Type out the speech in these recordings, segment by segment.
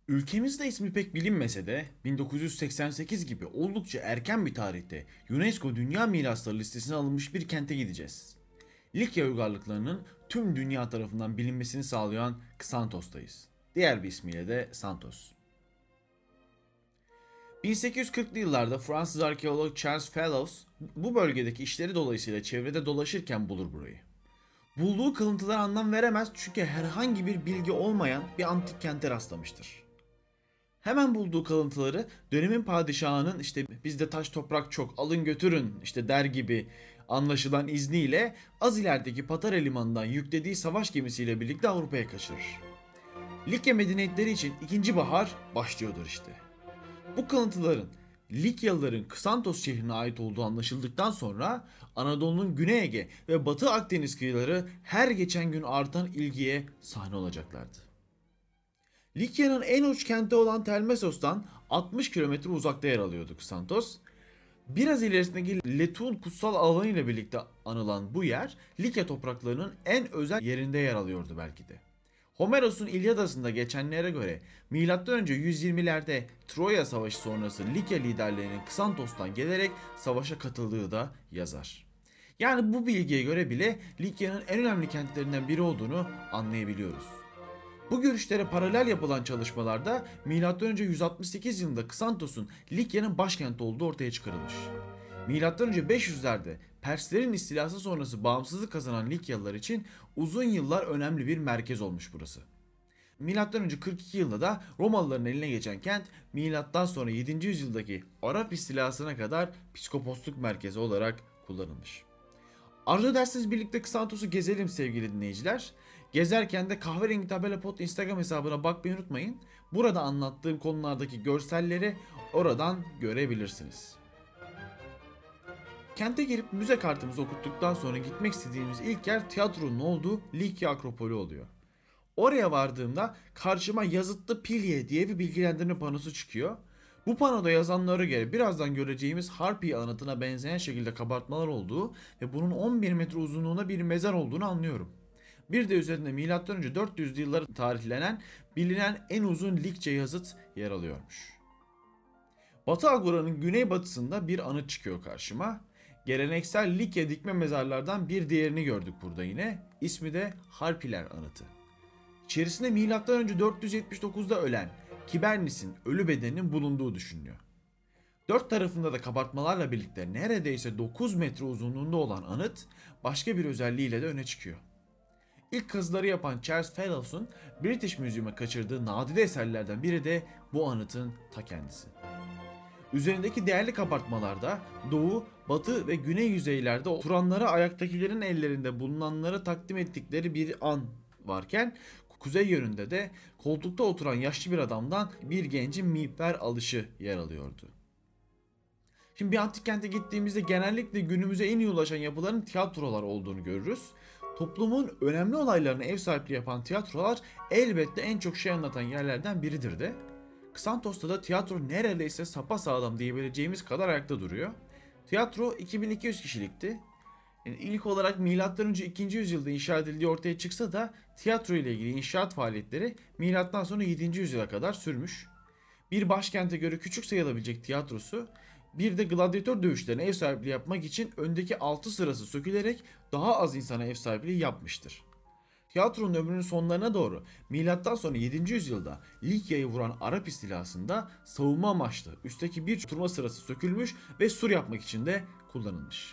Ülkemizde ismi pek bilinmese de 1988 gibi oldukça erken bir tarihte UNESCO Dünya Mirasları listesine alınmış bir kente gideceğiz. Likya uygarlıklarının tüm dünya tarafından bilinmesini sağlayan Xantos'tayız. Diğer bir ismiyle de Santos. 1840'lı yıllarda Fransız arkeolog Charles Fellows bu bölgedeki işleri dolayısıyla çevrede dolaşırken bulur burayı. Bulduğu kalıntılara anlam veremez çünkü herhangi bir bilgi olmayan bir antik kente rastlamıştır. Hemen bulduğu kalıntıları dönemin padişahının işte bizde taş toprak çok alın götürün işte der gibi anlaşılan izniyle az ilerideki Patara limanından yüklediği savaş gemisiyle birlikte Avrupa'ya kaçırır. Likya medeniyetleri için ikinci bahar başlıyordur işte. Bu kalıntıların Likyalıların Ksantos şehrine ait olduğu anlaşıldıktan sonra Anadolu'nun Güney Ege ve Batı Akdeniz kıyıları her geçen gün artan ilgiye sahne olacaklardı. Likya'nın en uç kenti olan Telmessos'tan 60 kilometre uzakta yer alıyordu Ksantos. Biraz ilerisindeki Letun kutsal alanı ile birlikte anılan bu yer Likya topraklarının en özel yerinde yer alıyordu belki de. Homeros'un İlyadası'nda geçenlere göre M.Ö. 120'lerde Troya Savaşı sonrası Likya liderlerinin Ksantos'tan gelerek savaşa katıldığı da yazar. Yani bu bilgiye göre bile Likya'nın en önemli kentlerinden biri olduğunu anlayabiliyoruz. Bu görüşlere paralel yapılan çalışmalarda M.Ö. 168 yılında Ksantos'un Likya'nın başkenti olduğu ortaya çıkarılmış. M.Ö. 500'lerde Perslerin istilası sonrası bağımsızlık kazanan Likyalılar için uzun yıllar önemli bir merkez olmuş burası. M.Ö. 42 yılında da Romalıların eline geçen kent M.Ö. 7. yüzyıldaki Arap istilasına kadar psikoposluk merkezi olarak kullanılmış. Arzu ederseniz birlikte Ksantos'u gezelim sevgili dinleyiciler. Gezerken de Kahverengi Tabela Pod Instagram hesabına bakmayı unutmayın. Burada anlattığım konulardaki görselleri oradan görebilirsiniz. Kente girip müze kartımızı okuttuktan sonra gitmek istediğimiz ilk yer tiyatronun olduğu Likya Akropolü oluyor. Oraya vardığımda karşıma yazıtlı Pilye diye bir bilgilendirme panosu çıkıyor. Bu panoda yazanlara göre birazdan göreceğimiz Harpi anıtına benzeyen şekilde kabartmalar olduğu ve bunun 11 metre uzunluğuna bir mezar olduğunu anlıyorum. Bir de üzerinde M.Ö. 400'lü yıllara tarihlenen bilinen en uzun Likçe yazıt yer alıyormuş. Batı Agora'nın güneybatısında bir anıt çıkıyor karşıma. Geleneksel Likya dikme mezarlardan bir diğerini gördük burada yine. İsmi de Harpiler Anıtı. İçerisinde M.Ö. 479'da ölen Kibernis'in ölü bedeninin bulunduğu düşünülüyor. Dört tarafında da kabartmalarla birlikte neredeyse 9 metre uzunluğunda olan anıt başka bir özelliğiyle de öne çıkıyor. İlk kazıları yapan Charles Fellows'un British Museum'a kaçırdığı nadide eserlerden biri de bu anıtın ta kendisi. Üzerindeki değerli kabartmalarda doğu, batı ve güney yüzeylerde oturanlara ayaktakilerin ellerinde bulunanları takdim ettikleri bir an varken kuzey yönünde de koltukta oturan yaşlı bir adamdan bir gencin miğfer alışı yer alıyordu. Şimdi bir antik kente gittiğimizde genellikle günümüze en iyi ulaşan yapıların tiyatrolar olduğunu görürüz. Toplumun önemli olaylarına ev sahipliği yapan tiyatrolar elbette en çok şey anlatan yerlerden biridir de. Ksantos'ta da tiyatro neredeyse sapasağlam diyebileceğimiz kadar ayakta duruyor. Tiyatro 2200 kişilikti. Yani ilk olarak M.Ö. 2. yüzyılda inşa edildiği ortaya çıksa da tiyatro ile ilgili inşaat faaliyetleri M.Ö. 7. yüzyıla kadar sürmüş. Bir başkente göre küçük sayılabilecek tiyatrosu bir de gladyatör dövüşlerine ev sahipliği yapmak için öndeki 6 sırası sökülerek daha az insana ev sahipliği yapmıştır. Tiyatronun ömrünün sonlarına doğru M.Ö. 7. yüzyılda Likya'yı vuran Arap istilasında savunma amaçlı üstteki bir turma sırası sökülmüş ve sur yapmak için de kullanılmış.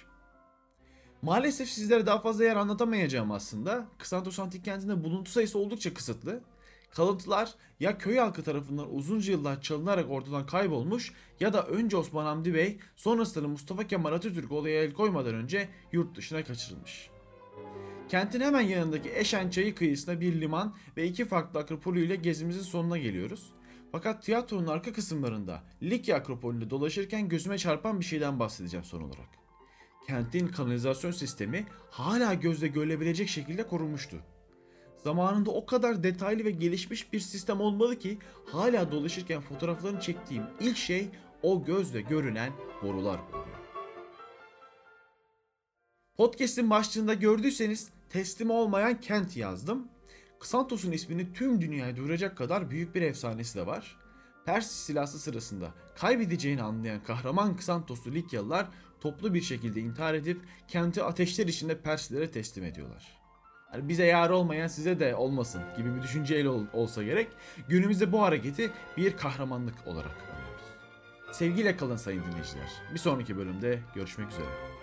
Maalesef sizlere daha fazla yer anlatamayacağım aslında. Ksantos Antik Kenti'nde buluntu sayısı oldukça kısıtlı. Kalıntılar ya köy halkı tarafından uzunca yıllar çalınarak ortadan kaybolmuş ya da önce Osman Hamdi Bey sonrasında Mustafa Kemal Atatürk olaya el koymadan önce yurt dışına kaçırılmış. Kentin hemen yanındaki Eşen Çayı kıyısında bir liman ve iki farklı akropolü ile gezimizin sonuna geliyoruz. Fakat tiyatronun arka kısımlarında Likya Akropolü'nde dolaşırken gözüme çarpan bir şeyden bahsedeceğim son olarak. Kentin kanalizasyon sistemi hala gözle görülebilecek şekilde korunmuştu. Zamanında o kadar detaylı ve gelişmiş bir sistem olmalı ki hala dolaşırken fotoğraflarını çektiğim ilk şey o gözle görünen borular oluyor. Podcast'in başlığında gördüyseniz teslim olmayan kent yazdım. Xanthos'un ismini tüm dünyaya duyuracak kadar büyük bir efsanesi de var. Pers istilası sırasında kaybedeceğini anlayan kahraman Xanthos'lu Likyalılar toplu bir şekilde intihar edip kenti ateşler içinde Perslere teslim ediyorlar. Yani bize yar olmayan size de olmasın gibi bir düşünceyle olsa gerek, günümüzde bu hareketi bir kahramanlık olarak anlıyoruz. Sevgiyle kalın sayın dinleyiciler. Bir sonraki bölümde görüşmek üzere.